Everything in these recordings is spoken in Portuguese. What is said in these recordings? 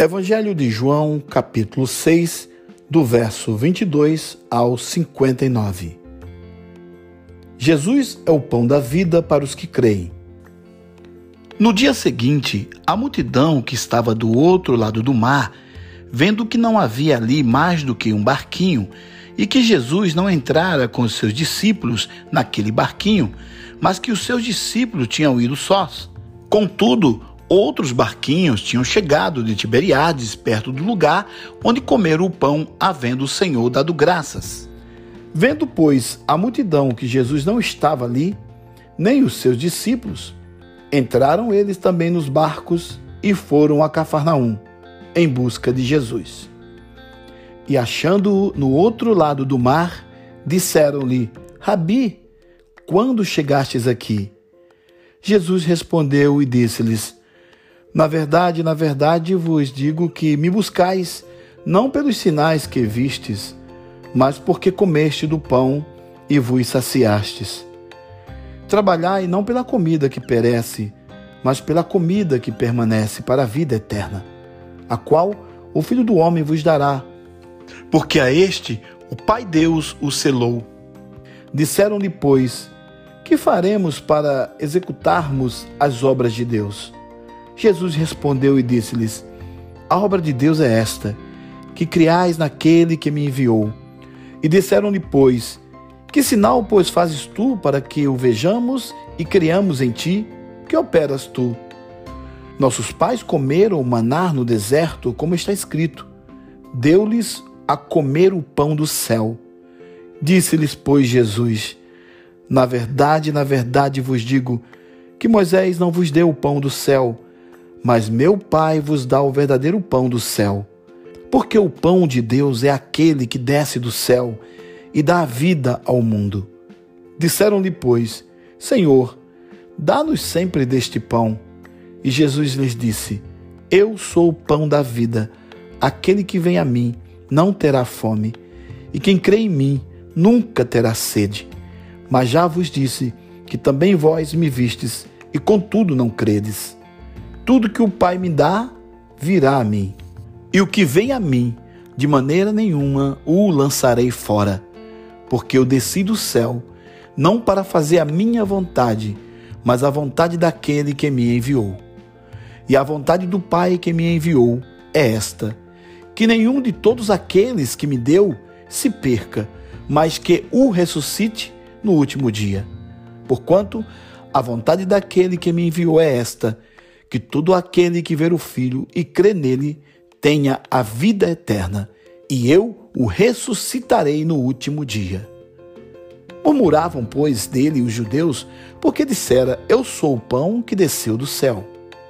Evangelho de João, capítulo 6, do verso 22 ao 59. Jesus é o pão da vida para os que creem. No dia seguinte, a multidão que estava do outro lado do mar, vendo que não havia ali mais do que um barquinho e que Jesus não entrara com os seus discípulos naquele barquinho, mas que os seus discípulos tinham ido sós. Contudo, outros barquinhos tinham chegado de Tiberíades, perto do lugar onde comeram o pão, havendo o Senhor dado graças. Vendo, pois, a multidão que Jesus não estava ali, nem os seus discípulos, entraram eles também nos barcos e foram a Cafarnaum, em busca de Jesus. E achando-o no outro lado do mar, disseram-lhe: Rabi, quando chegastes aqui? Jesus respondeu e disse-lhes: na verdade vos digo que me buscais, não pelos sinais que vistes, mas porque comeste do pão e vos saciastes. Trabalhai não pela comida que perece, mas pela comida que permanece para a vida eterna, a qual o Filho do Homem vos dará, porque a este o Pai Deus o selou. Disseram-lhe, pois, que faremos para executarmos as obras de Deus? Jesus respondeu e disse-lhes: a obra de Deus é esta, que criais naquele que me enviou. E disseram-lhe, pois, que sinal, pois, fazes tu para que o vejamos e criamos em ti? Que operas tu? Nossos pais comeram o maná no deserto, como está escrito: deu-lhes a comer o pão do céu. Disse-lhes, pois, Jesus: na verdade vos digo que Moisés não vos deu o pão do céu, mas meu Pai vos dá o verdadeiro pão do céu. Porque o pão de Deus é aquele que desce do céu e dá a vida ao mundo. Disseram-lhe, pois: Senhor, dá-nos sempre deste pão. E Jesus lhes disse: eu sou o pão da vida. Aquele que vem a mim não terá fome, e quem crê em mim nunca terá sede. Mas já vos disse que também vós me vistes, e contudo não credes. Tudo que o Pai me dá, virá a mim. E o que vem a mim, de maneira nenhuma o lançarei fora. Porque eu desci do céu, não para fazer a minha vontade, mas a vontade daquele que me enviou. E a vontade do Pai que me enviou é esta: que nenhum de todos aqueles que me deu se perca, mas que o ressuscite no último dia. Porquanto a vontade daquele que me enviou é esta: que todo aquele que ver o Filho e crê nele tenha a vida eterna, e eu o ressuscitarei no último dia. Murmuravam, pois, dele os judeus, porque dissera: eu sou o pão que desceu do céu.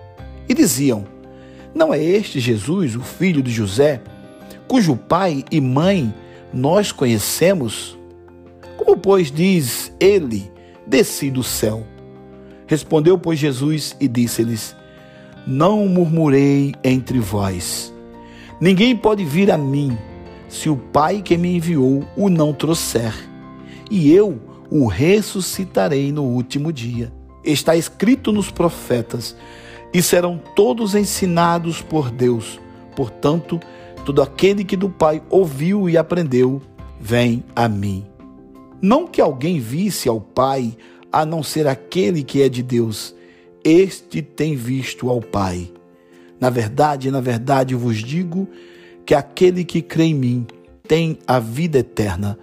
E diziam: não é este Jesus, o filho de José, cujo pai e mãe nós conhecemos? Como, pois, diz ele: desci do céu? Respondeu, pois, Jesus e disse-lhes: não murmurei entre vós. Ninguém pode vir a mim, se o Pai que me enviou o não trouxer, e eu o ressuscitarei no último dia. Está escrito nos profetas, e serão todos ensinados por Deus. Portanto, todo aquele que do Pai ouviu e aprendeu, vem a mim. Não que alguém visse ao Pai, a não ser aquele que é de Deus. Este tem visto ao Pai. Na verdade vos digo que aquele que crê em mim tem a vida eterna.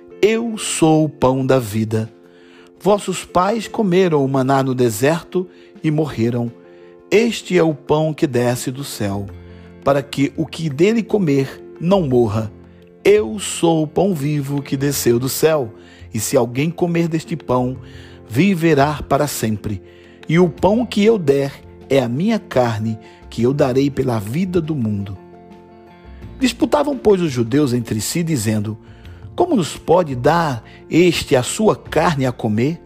Eu sou o pão da vida. Vossos pais comeram o maná no deserto e morreram. Este é o pão que desce do céu, para que o que dele comer não morra. Eu sou o pão vivo que desceu do céu, e se alguém comer deste pão, viverá para sempre. E o pão que eu der é a minha carne, que eu darei pela vida do mundo. Disputavam, pois, os judeus entre si, dizendo: como nos pode dar este a sua carne a comer?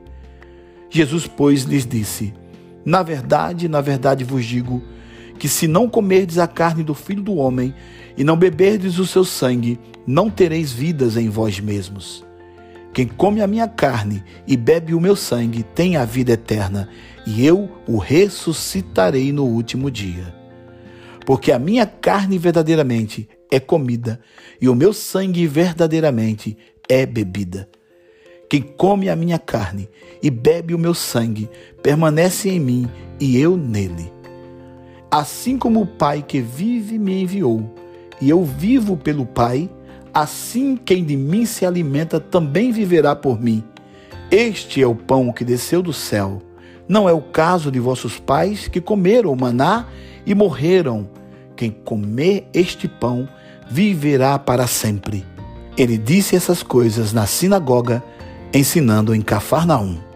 Jesus, pois, lhes disse: na verdade vos digo, que se não comerdes a carne do Filho do Homem, e não beberdes o seu sangue, não tereis vidas em vós mesmos. Quem come a minha carne e bebe o meu sangue tem a vida eterna, e eu o ressuscitarei no último dia. porque a minha carne verdadeiramente é comida e o meu sangue verdadeiramente é bebida. Quem come a minha carne e bebe o meu sangue permanece em mim e eu nele. Assim como o Pai que vive me enviou, e eu vivo pelo Pai, assim quem de mim se alimenta também viverá por mim. Este é o pão que desceu do céu. Não é o caso de vossos pais que comeram o maná e morreram. Quem comer este pão viverá para sempre. Ele disse essas coisas na sinagoga, ensinando em Cafarnaum.